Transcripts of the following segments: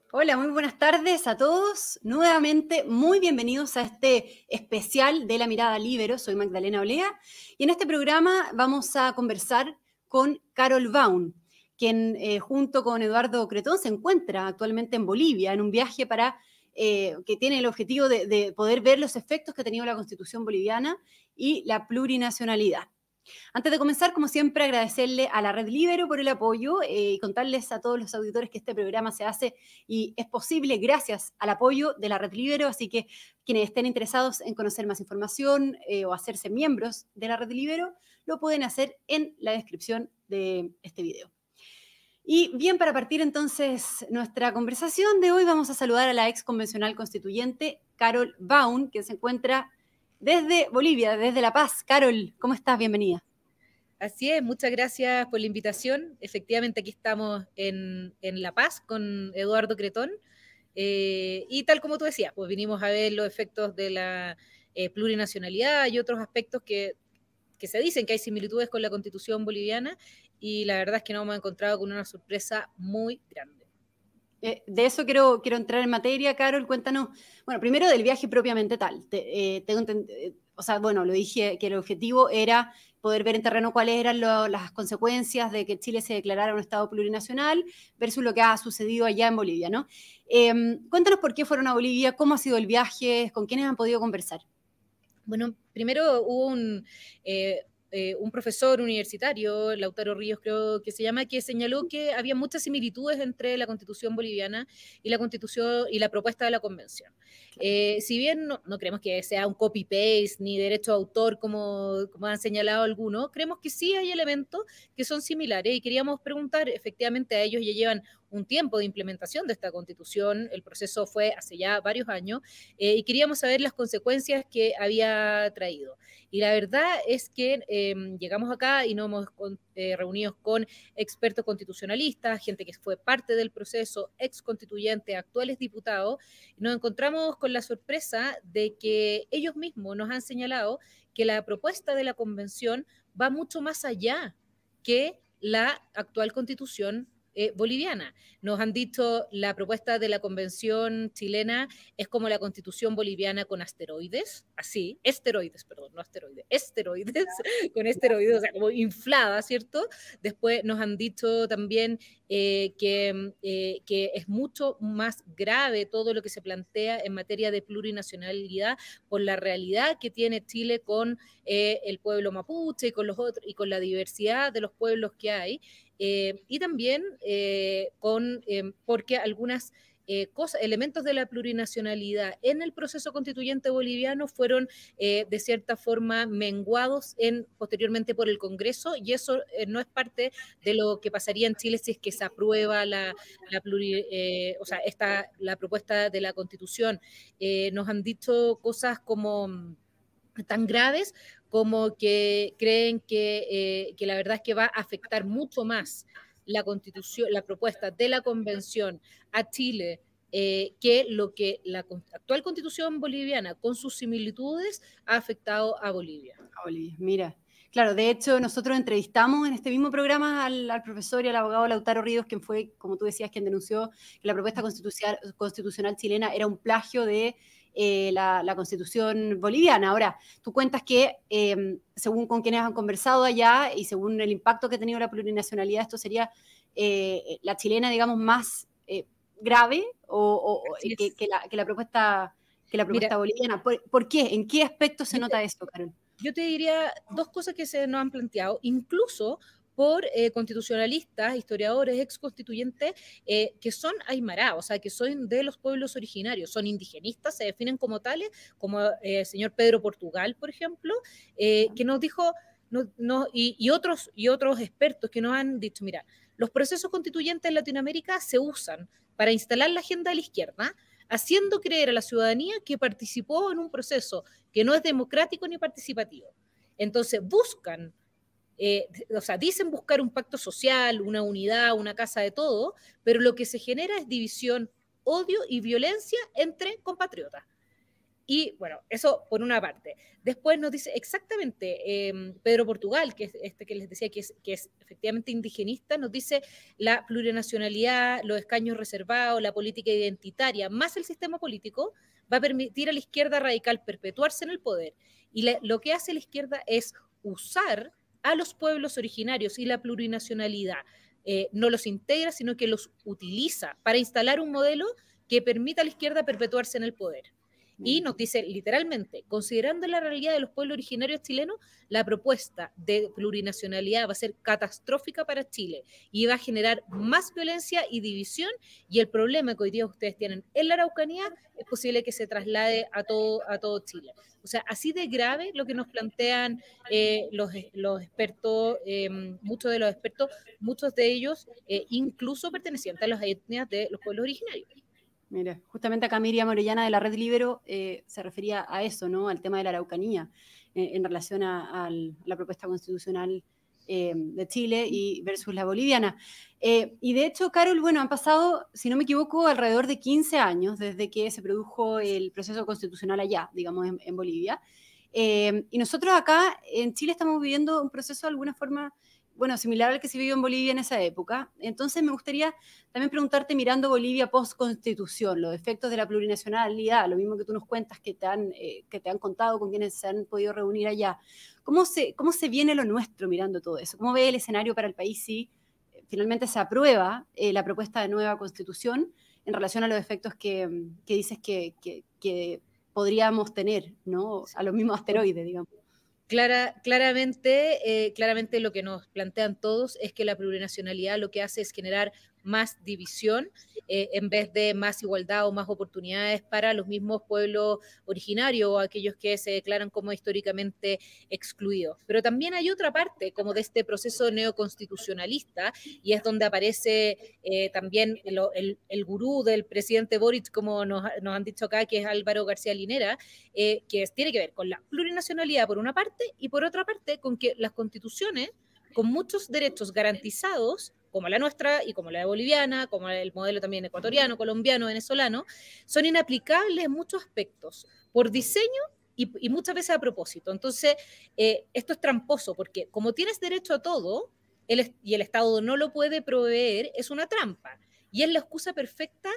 Hola, muy buenas tardes a todos. Nuevamente, muy bienvenidos a este especial de La Mirada Líbero. Soy Magdalena Olea y en este programa vamos a conversar con Carol Baum, quien junto con Eduardo Cretón se encuentra actualmente en Bolivia en un viaje que tiene el objetivo de poder ver los efectos que ha tenido la Constitución boliviana y la plurinacionalidad. Antes de comenzar, como siempre, agradecerle a la Red Libero por el apoyo y contarles a todos los auditores que este programa se hace y es posible gracias al apoyo de la Red Libero, así que quienes estén interesados en conocer más información o hacerse miembros de la Red Libero, lo pueden hacer en la descripción de este video. Y bien, para partir entonces nuestra conversación de hoy, vamos a saludar a la ex convencional constituyente Carol Baum, que se encuentra desde Bolivia, desde La Paz. Carol, ¿cómo estás? Bienvenida. Así es, muchas gracias por la invitación. Efectivamente, aquí estamos en La Paz con Eduardo Cretón. Y tal como tú decías, pues vinimos a ver los efectos de la plurinacionalidad y otros aspectos que se dicen que hay similitudes con la Constitución boliviana, y la verdad es que nos hemos encontrado con una sorpresa muy grande. De eso quiero entrar en materia, Carol. Cuéntanos, bueno, primero del viaje propiamente tal. O sea, bueno, lo dije que el objetivo era poder ver en terreno cuáles eran las consecuencias de que Chile se declarara un Estado plurinacional versus lo que ha sucedido allá en Bolivia, ¿no? Cuéntanos por qué fueron a Bolivia, cómo ha sido el viaje, con quiénes han podido conversar. Bueno, primero hubo un profesor universitario, Lautaro Ríos creo que se llama, que señaló que había muchas similitudes entre la Constitución boliviana y la Constitución y la propuesta de la Convención. Si bien no creemos que sea un copy-paste ni derecho de autor como han señalado algunos, creemos que sí hay elementos que son similares y queríamos preguntar, efectivamente a ellos ya llevan un tiempo de implementación de esta Constitución, el proceso fue hace ya varios años, y queríamos saber las consecuencias que había traído. Y la verdad es que llegamos acá y nos hemos reunido con expertos constitucionalistas, gente que fue parte del proceso, ex constituyentes, actuales diputados, y nos encontramos con la sorpresa de que ellos mismos nos han señalado que la propuesta de la convención va mucho más allá que la actual constitución boliviana. Nos han dicho la propuesta de la convención chilena es como la constitución boliviana con asteroides, así, esteroides, perdón, no asteroides, esteroides, con esteroides, o sea, como inflada, ¿cierto? Después nos han dicho también que es mucho más grave todo lo que se plantea en materia de plurinacionalidad por la realidad que tiene Chile con el pueblo mapuche y con los otros y con la diversidad de los pueblos que hay. Y también porque algunas elementos de la plurinacionalidad en el proceso constituyente boliviano fueron de cierta forma menguados posteriormente por el Congreso, y eso no es parte de lo que pasaría en Chile si es que se aprueba la propuesta de la Constitución. Nos han dicho cosas como tan graves como que creen que la verdad es que va a afectar mucho más la constitución, la propuesta de la convención a Chile, que lo que la actual constitución boliviana con sus similitudes ha afectado a Bolivia. A Bolivia, mira. Claro, de hecho, nosotros entrevistamos en este mismo programa al profesor y al abogado Lautaro Ríos, quien fue, como tú decías, quien denunció que la propuesta constitucional chilena era un plagio de la constitución boliviana. Ahora, tú cuentas que, según con quienes han conversado allá y según el impacto que ha tenido la plurinacionalidad, esto sería la chilena, digamos, más grave que la propuesta Mira, boliviana. ¿Por qué? ¿En qué aspecto se nota eso, Carol? yo te diría dos cosas que se nos han planteado, incluso por constitucionalistas, historiadores, ex constituyentes, que son aymara, o sea, que son de los pueblos originarios, son indigenistas, se definen como tales, como el señor Pedro Portugal, por ejemplo, que nos dijo, y otros expertos que nos han dicho, mira, los procesos constituyentes en Latinoamérica se usan para instalar la agenda de la izquierda, haciendo creer a la ciudadanía que participó en un proceso que no es democrático ni participativo. Entonces buscan, dicen buscar un pacto social, una unidad, una casa de todo, pero lo que se genera es división, odio y violencia entre compatriotas. Y bueno, eso por una parte. Después nos dice exactamente Pedro Portugal, que es este que les decía que es efectivamente indigenista, nos dice la plurinacionalidad, los escaños reservados, la política identitaria, más el sistema político, va a permitir a la izquierda radical perpetuarse en el poder. Y lo que hace la izquierda es usar a los pueblos originarios y la plurinacionalidad. No los integra, sino que los utiliza para instalar un modelo que permita a la izquierda perpetuarse en el poder. Y nos dice literalmente, considerando la realidad de los pueblos originarios chilenos, la propuesta de plurinacionalidad va a ser catastrófica para Chile y va a generar más violencia y división, y el problema que hoy día ustedes tienen en la Araucanía es posible que se traslade a todo Chile. O sea, así de grave lo que nos plantean los expertos, muchos de los expertos, muchos de ellos incluso pertenecientes a las etnias de los pueblos originarios. Mira, justamente acá Miriam Orellana de la Red Libero se refería a eso, ¿no? Al tema de la Araucanía, en relación a la propuesta constitucional de Chile y versus la boliviana. Y de hecho, Carol, bueno, han pasado, si no me equivoco, alrededor de 15 años desde que se produjo el proceso constitucional allá, digamos, en Bolivia. Y nosotros acá en Chile estamos viviendo un proceso de alguna forma, bueno, similar al que se vivió en Bolivia en esa época. Entonces me gustaría también preguntarte, mirando Bolivia post-constitución, los efectos de la plurinacionalidad, lo mismo que tú nos cuentas que te han contado con quienes se han podido reunir allá. ¿Cómo se viene lo nuestro mirando todo eso? ¿Cómo ve el escenario para el país si finalmente se aprueba la propuesta de nueva constitución en relación a los efectos que dices que podríamos tener, ¿no? A los mismos asteroides, digamos? Claramente lo que nos plantean todos es que la plurinacionalidad lo que hace es generar más división en vez de más igualdad o más oportunidades para los mismos pueblos originarios o aquellos que se declaran como históricamente excluidos. Pero también hay otra parte como de este proceso neoconstitucionalista, y es donde aparece también el gurú del presidente Boric, como nos han dicho acá, que es Álvaro García Linera, que tiene que ver con la plurinacionalidad por una parte, y por otra parte con que las constituciones con muchos derechos garantizados, como la nuestra y como la boliviana, como el modelo también ecuatoriano, colombiano, venezolano, son inaplicables en muchos aspectos, por diseño y muchas veces a propósito. Entonces, esto es tramposo, porque como tienes derecho a todo y el Estado no lo puede proveer, es una trampa. Y es la excusa perfecta,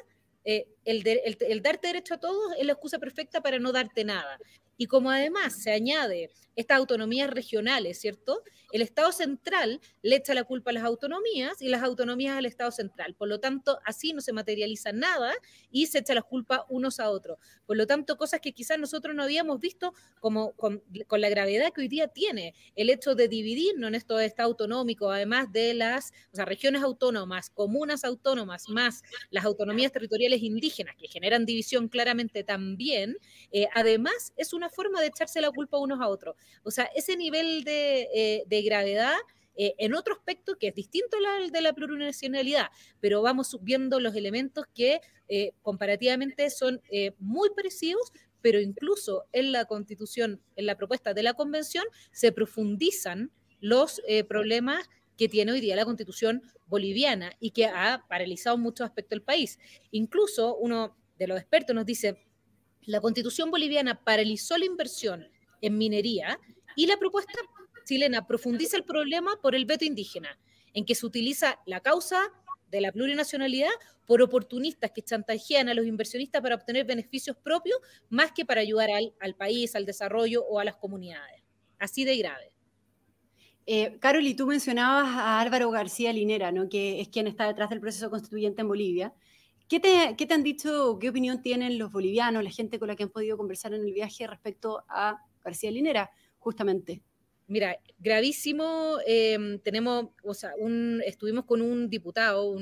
el darte derecho a todos es la excusa perfecta para no darte nada. Y como además se añade estas autonomías regionales, ¿cierto? El Estado central le echa la culpa a las autonomías y las autonomías al Estado central. Por lo tanto, así no se materializa nada y se echa la culpa unos a otros. Por lo tanto, cosas que quizás nosotros no habíamos visto como con la gravedad que hoy día tiene el hecho de dividirnos en estos estados autonómicos, además de regiones autónomas, comunas autónomas, más las autonomías territoriales indígenas, que generan división claramente también, además es una forma de echarse la culpa unos a otros. O sea, ese nivel de gravedad en otro aspecto que es distinto al de la plurinacionalidad, pero vamos viendo los elementos que comparativamente son muy parecidos, pero incluso en la Constitución, en la propuesta de la Convención, se profundizan los problemas que tiene hoy día la Constitución boliviana y que ha paralizado muchos aspectos del país. Incluso uno de los expertos nos dice: la Constitución boliviana paralizó la inversión en minería y la propuesta chilena profundiza el problema por el veto indígena, en que se utiliza la causa de la plurinacionalidad por oportunistas que chantajean a los inversionistas para obtener beneficios propios más que para ayudar al país, al desarrollo o a las comunidades. Así de grave. Carol, y tú mencionabas a Álvaro García Linera, ¿no? Que es quien está detrás del proceso constituyente en Bolivia. ¿Qué te han dicho, qué opinión tienen los bolivianos, la gente con la que han podido conversar en el viaje respecto a García Linera, justamente? Mira, gravísimo. Estuvimos con un diputado,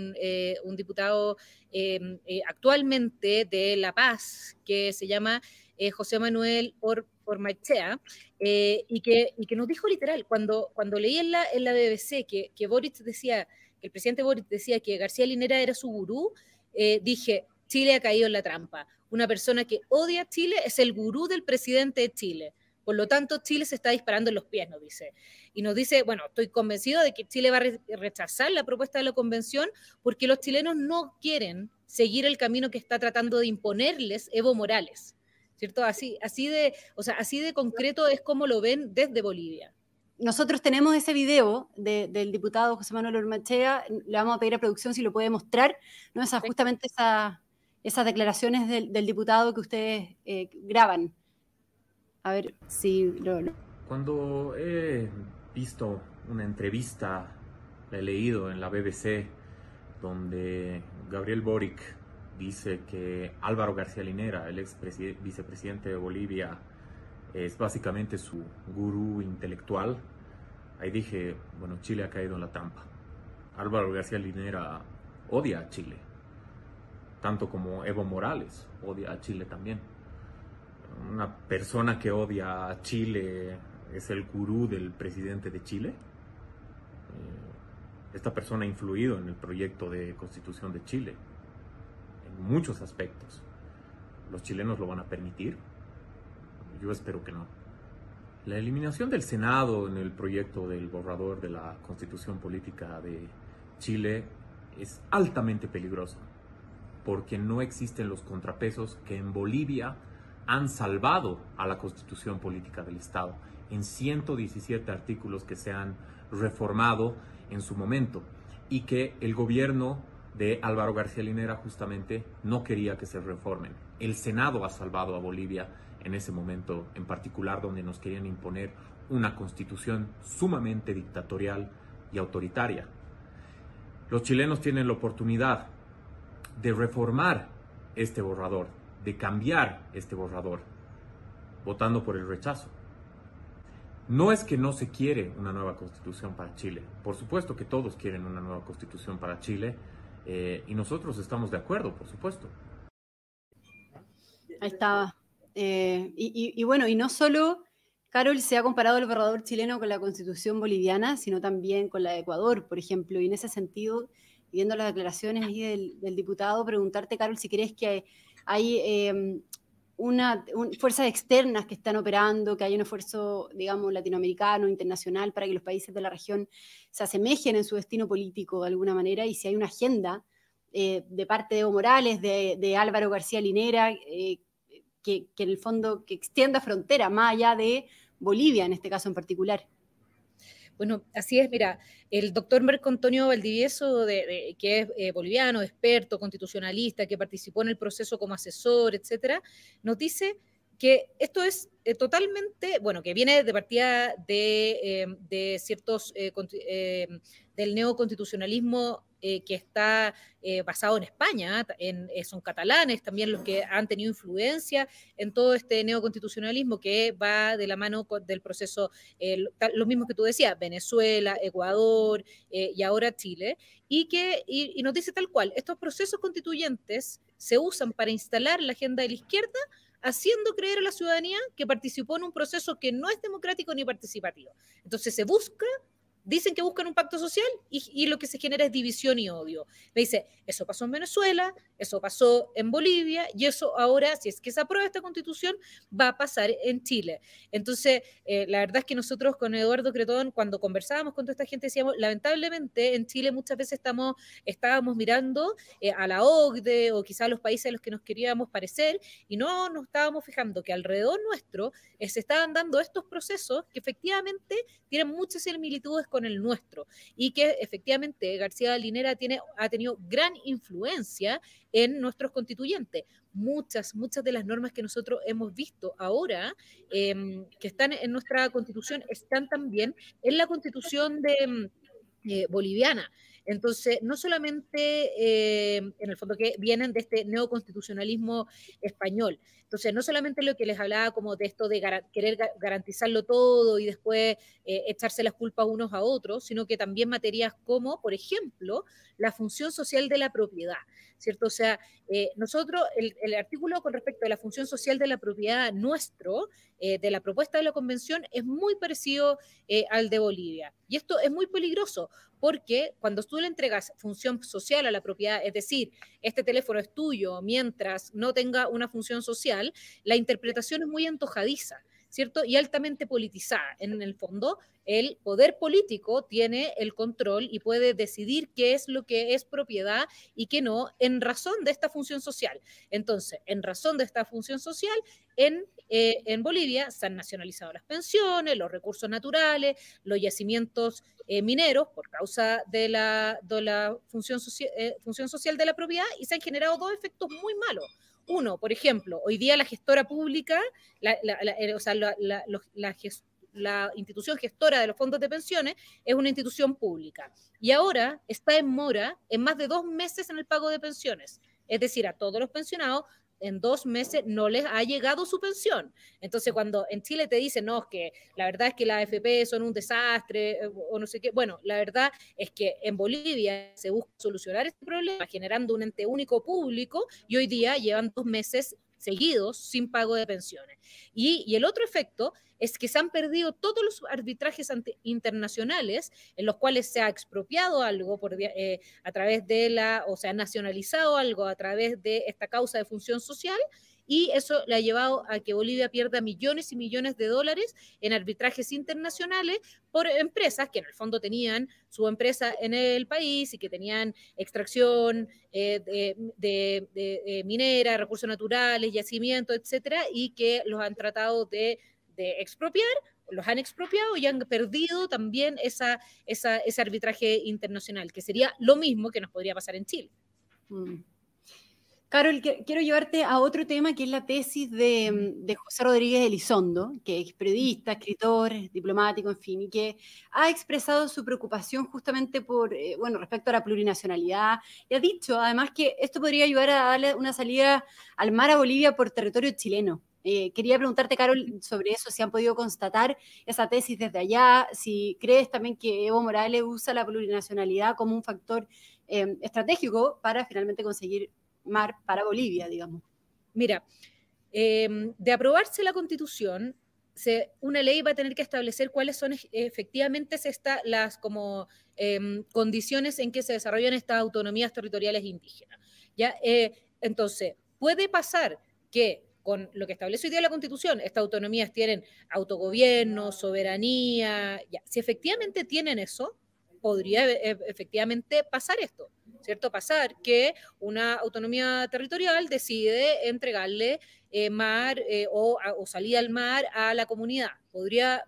actualmente de La Paz, que se llama José Manuel Ormaechea, y que nos dijo literal, cuando leí en la BBC que Boric decía, que el presidente Boric decía que García Linera era su gurú, dije: Chile ha caído en la trampa. Una persona que odia a Chile es el gurú del presidente de Chile. Por lo tanto, Chile se está disparando en los pies, nos dice. Y nos dice: bueno, estoy convencido de que Chile va a rechazar la propuesta de la Convención porque los chilenos no quieren seguir el camino que está tratando de imponerles Evo Morales. ¿cierto? Así de concreto es como lo ven desde Bolivia. Nosotros tenemos ese video del diputado José Manuel Ormachea, le vamos a pedir a producción si lo puede mostrar, ¿no? Justamente esas declaraciones del diputado que ustedes graban. A ver si Cuando he visto una entrevista, la he leído en la BBC, donde Gabriel Boric dice que Álvaro García Linera, el ex vicepresidente de Bolivia, es básicamente su gurú intelectual, ahí dije, bueno, Chile ha caído en la trampa. Álvaro García Linera odia a Chile, tanto como Evo Morales odia a Chile también. Una persona que odia a Chile es el gurú del presidente de Chile. Esta persona ha influido en el proyecto de constitución de Chile en muchos aspectos. ¿Los chilenos lo van a permitir? Yo espero que no. La eliminación del Senado en el proyecto del borrador de la Constitución Política de Chile es altamente peligroso, porque no existen los contrapesos que en Bolivia han salvado a la Constitución Política del Estado en 117 artículos que se han reformado en su momento y que el gobierno de Álvaro García Linera justamente no quería que se reformen. El Senado ha salvado a Bolivia en ese momento en particular, donde nos querían imponer una constitución sumamente dictatorial y autoritaria. Los chilenos tienen la oportunidad de reformar este borrador, de cambiar este borrador, votando por el rechazo. No es que no se quiere una nueva constitución para Chile. Por supuesto que todos quieren una nueva constitución para Chile y nosotros estamos de acuerdo, por supuesto. Ahí estaba. Y bueno, y no solo, Carol, se ha comparado el borrador chileno con la constitución boliviana, sino también con la de Ecuador, por ejemplo. Y en ese sentido, viendo las declaraciones ahí del diputado, preguntarte, Carol, si crees que hay fuerzas externas que están operando, que hay un esfuerzo, digamos, latinoamericano, internacional, para que los países de la región se asemejen en su destino político de alguna manera, y si hay una agenda de parte de Evo Morales, de Álvaro García Linera, que en el fondo que extienda frontera más allá de Bolivia, en este caso en particular. Bueno, así es, mira, el doctor Marco Antonio Valdivieso, que es boliviano, experto, constitucionalista, que participó en el proceso como asesor, etcétera, nos dice que esto es totalmente, bueno, que viene de partida de ciertos, del neoconstitucionalismo que está basado en España, son catalanes también los que han tenido influencia en todo este neoconstitucionalismo que va de la mano del proceso, los mismos que tú decías, Venezuela, Ecuador y ahora Chile, y nos dice tal cual, estos procesos constituyentes se usan para instalar la agenda de la izquierda, haciendo creer a la ciudadanía que participó en un proceso que no es democrático ni participativo. Entonces se busca, dicen que buscan un pacto social y lo que se genera es división y odio. Me dice, eso pasó en Venezuela, eso pasó en Bolivia y eso ahora, si es que se aprueba esta constitución, va a pasar en Chile. Entonces, la verdad es que nosotros con Eduardo Cretón, cuando conversábamos con toda esta gente, decíamos, lamentablemente en Chile muchas veces estábamos mirando a la OCDE o quizás a los países a los que nos queríamos parecer y no nos estábamos fijando que alrededor nuestro se estaban dando estos procesos que efectivamente tienen muchas similitudes con el nuestro y que efectivamente García Linera ha tenido gran influencia en nuestros constituyentes. Muchas de las normas que nosotros hemos visto ahora que están en nuestra constitución están también en la constitución boliviana. Entonces, no solamente en el fondo que vienen de este neoconstitucionalismo español. Entonces, no solamente lo que les hablaba como de esto de querer garantizarlo todo y después echarse las culpas unos a otros, sino que también materias como, por ejemplo, la función social de la propiedad, ¿cierto? O sea, nosotros, el artículo con respecto a la función social de la propiedad nuestro, de la propuesta de la convención, es muy parecido al de Bolivia. Y esto es muy peligroso, porque cuando tú le entregas función social a la propiedad, es decir, este teléfono es tuyo mientras no tenga una función social, la interpretación es muy antojadiza. ¿cierto? Y altamente politizada. En el fondo, el poder político tiene el control y puede decidir qué es lo que es propiedad y qué no, en razón de esta función social. Entonces, en razón de esta función social, en Bolivia se han nacionalizado las pensiones, los recursos naturales, los yacimientos mineros por causa de la función social de la propiedad, y se han generado dos efectos muy malos. Uno, por ejemplo, hoy día la gestora pública, la institución gestora de los fondos de pensiones es una institución pública, y ahora está en mora en más de 2 meses en el pago de pensiones. Es decir, a todos los pensionados en 2 meses no les ha llegado su pensión. Entonces, cuando en Chile te dicen, no, es que la verdad es que las AFP son un desastre, o no sé qué, bueno, la verdad es que en Bolivia se busca solucionar este problema generando un ente único público, y hoy día llevan 2 meses seguidos sin pago de pensiones. Y el otro efecto es que se han perdido todos los arbitrajes internacionales en los cuales se ha expropiado algo a través o se ha nacionalizado algo a través de esta causa de función social, y eso le ha llevado a que Bolivia pierda millones y millones de dólares en arbitrajes internacionales por empresas que en el fondo tenían su empresa en el país y que tenían extracción de minera, recursos naturales, yacimientos, etcétera, y que los han tratado de expropiar, los han expropiado y han perdido también ese arbitraje internacional, que sería lo mismo que nos podría pasar en Chile. Carol, quiero llevarte a otro tema, que es la tesis de José Rodríguez Elizondo, que es periodista, escritor, diplomático, en fin, y que ha expresado su preocupación justamente por, respecto a la plurinacionalidad, y ha dicho además que esto podría ayudar a darle una salida al mar a Bolivia por territorio chileno. Quería preguntarte, Carol, sobre eso, si han podido constatar esa tesis desde allá, si crees también que Evo Morales usa la plurinacionalidad como un factor estratégico para finalmente conseguir mar para Bolivia, digamos. Mira, de aprobarse la Constitución, una ley va a tener que establecer cuáles son efectivamente las condiciones en que se desarrollan estas autonomías territoriales indígenas. ¿Ya? Entonces, puede pasar que con lo que establece hoy día la Constitución, estas autonomías tienen autogobierno, soberanía, ya. Si efectivamente tienen eso, podría efectivamente pasar esto, ¿cierto? Pasar que una autonomía territorial decide entregarle mar o salida al mar a la comunidad. Podría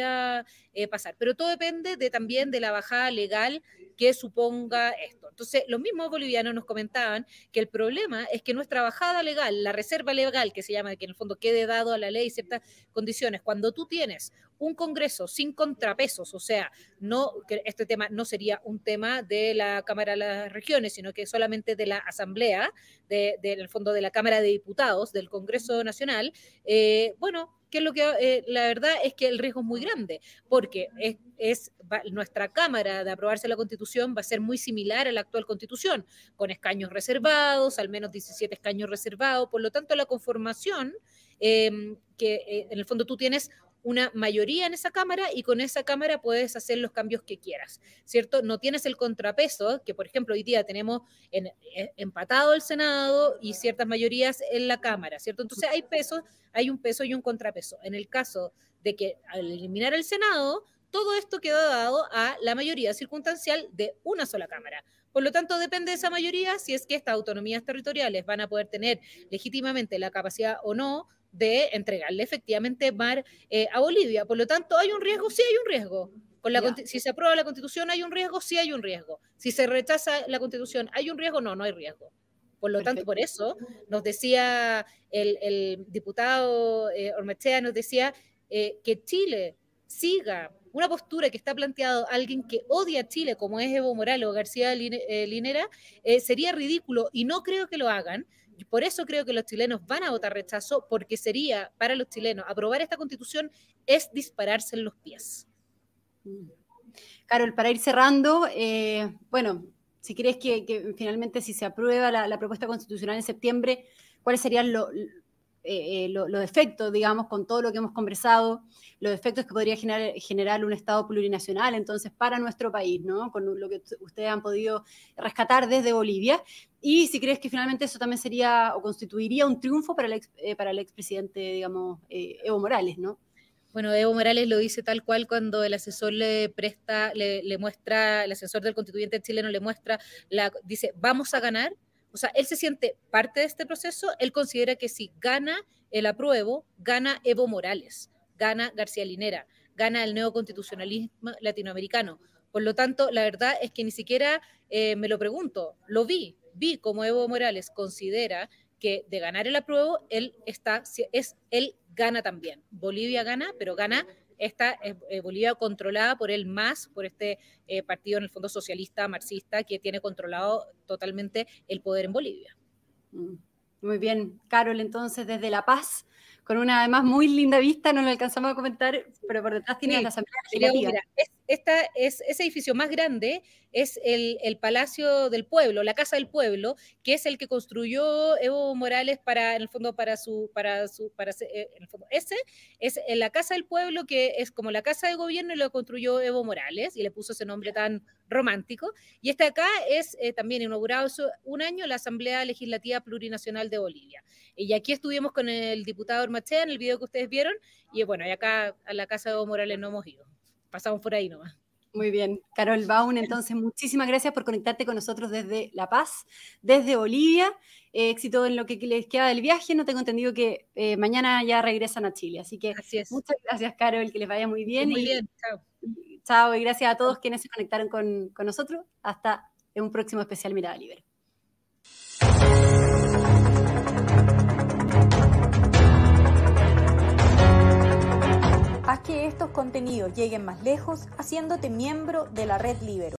pasar, pero todo depende también de la bajada legal que suponga esto. Entonces, los mismos bolivianos nos comentaban que el problema es que nuestra bajada legal, la reserva legal, que se llama, que en el fondo quede dado a la ley ciertas condiciones, cuando tú tienes un Congreso sin contrapesos, o sea, que este tema no sería un tema de la Cámara de las Regiones, sino que solamente de la Asamblea, en el fondo de la Cámara de Diputados, del Congreso Nacional, que es lo que la verdad es que el riesgo es muy grande, porque nuestra Cámara de aprobarse la Constitución va a ser muy similar a la actual Constitución, con escaños reservados, al menos 17 escaños reservados, por lo tanto la conformación, en el fondo tú tienes una mayoría en esa Cámara y con esa Cámara puedes hacer los cambios que quieras, ¿cierto? No tienes el contrapeso, que por ejemplo hoy día tenemos empatado el Senado y ciertas mayorías en la Cámara, ¿cierto? Entonces hay un peso y un contrapeso. En el caso de que al eliminar el Senado, todo esto queda dado a la mayoría circunstancial de una sola Cámara. Por lo tanto, depende de esa mayoría si es que estas autonomías territoriales van a poder tener legítimamente la capacidad o no de entregarle efectivamente mar a Bolivia. Por lo tanto, ¿hay un riesgo? Sí hay un riesgo. Si se aprueba la Constitución, ¿hay un riesgo? Sí hay un riesgo. Si se rechaza la Constitución, ¿hay un riesgo? No, no hay riesgo. Por lo tanto, por eso nos decía el diputado Ormechea, nos decía que Chile siga una postura que está planteado alguien que odia a Chile, como es Evo Morales o García Linera, sería ridículo, y no creo que lo hagan. Por eso creo que los chilenos van a votar rechazo, porque sería para los chilenos aprobar esta Constitución es dispararse en los pies. Carol, para ir cerrando, si crees que finalmente si se aprueba la propuesta constitucional en septiembre, ¿cuáles serían los efectos, digamos, con todo lo que hemos conversado, los efectos que podría generar un Estado plurinacional, entonces, para nuestro país, ¿no? Con lo que ustedes han podido rescatar desde Bolivia, y si crees que finalmente eso también sería o constituiría un triunfo para el expresidente, digamos, Evo Morales, ¿no? Bueno, Evo Morales lo dice tal cual cuando el asesor le muestra, el asesor del constituyente chileno le muestra, dice, vamos a ganar. O sea, él se siente parte de este proceso, él considera que si gana el apruebo, gana Evo Morales, gana García Linera, gana el neoconstitucionalismo latinoamericano. Por lo tanto, la verdad es que ni siquiera me lo pregunto, lo vi como Evo Morales considera que de ganar el apruebo, él gana también. Bolivia gana, pero gana esta Bolivia controlada por el MAS, por este partido en el fondo socialista, marxista, que tiene controlado totalmente el poder en Bolivia. Muy bien, Carol, entonces desde La Paz, con una además muy linda vista, no lo alcanzamos a comentar, pero por detrás tienes la Asamblea Legislativa. Mira, ese edificio más grande es el Palacio del Pueblo, la Casa del Pueblo, que es el que construyó Evo Morales en el fondo ese es la Casa del Pueblo, que es como la Casa de Gobierno, y lo construyó Evo Morales y le puso ese nombre tan romántico. Y acá es también inaugurado hace un año la Asamblea Legislativa Plurinacional de Bolivia. Y aquí estuvimos con el diputado Ormachea en el video que ustedes vieron, y bueno, y acá a la Casa de Evo Morales no hemos ido. Pasamos por ahí nomás. Muy bien, Carol Baum, entonces muchísimas gracias por conectarte con nosotros desde La Paz, desde Bolivia. Éxito en lo que les queda del viaje. No tengo entendido que mañana ya regresan a Chile, así que muchas gracias, Carol, que les vaya muy bien. Muy bien, chao. Chao, y gracias a todos quienes se conectaron con nosotros. Hasta un próximo especial Mirada Libre. Haz que estos contenidos lleguen más lejos haciéndote miembro de la Red Libero.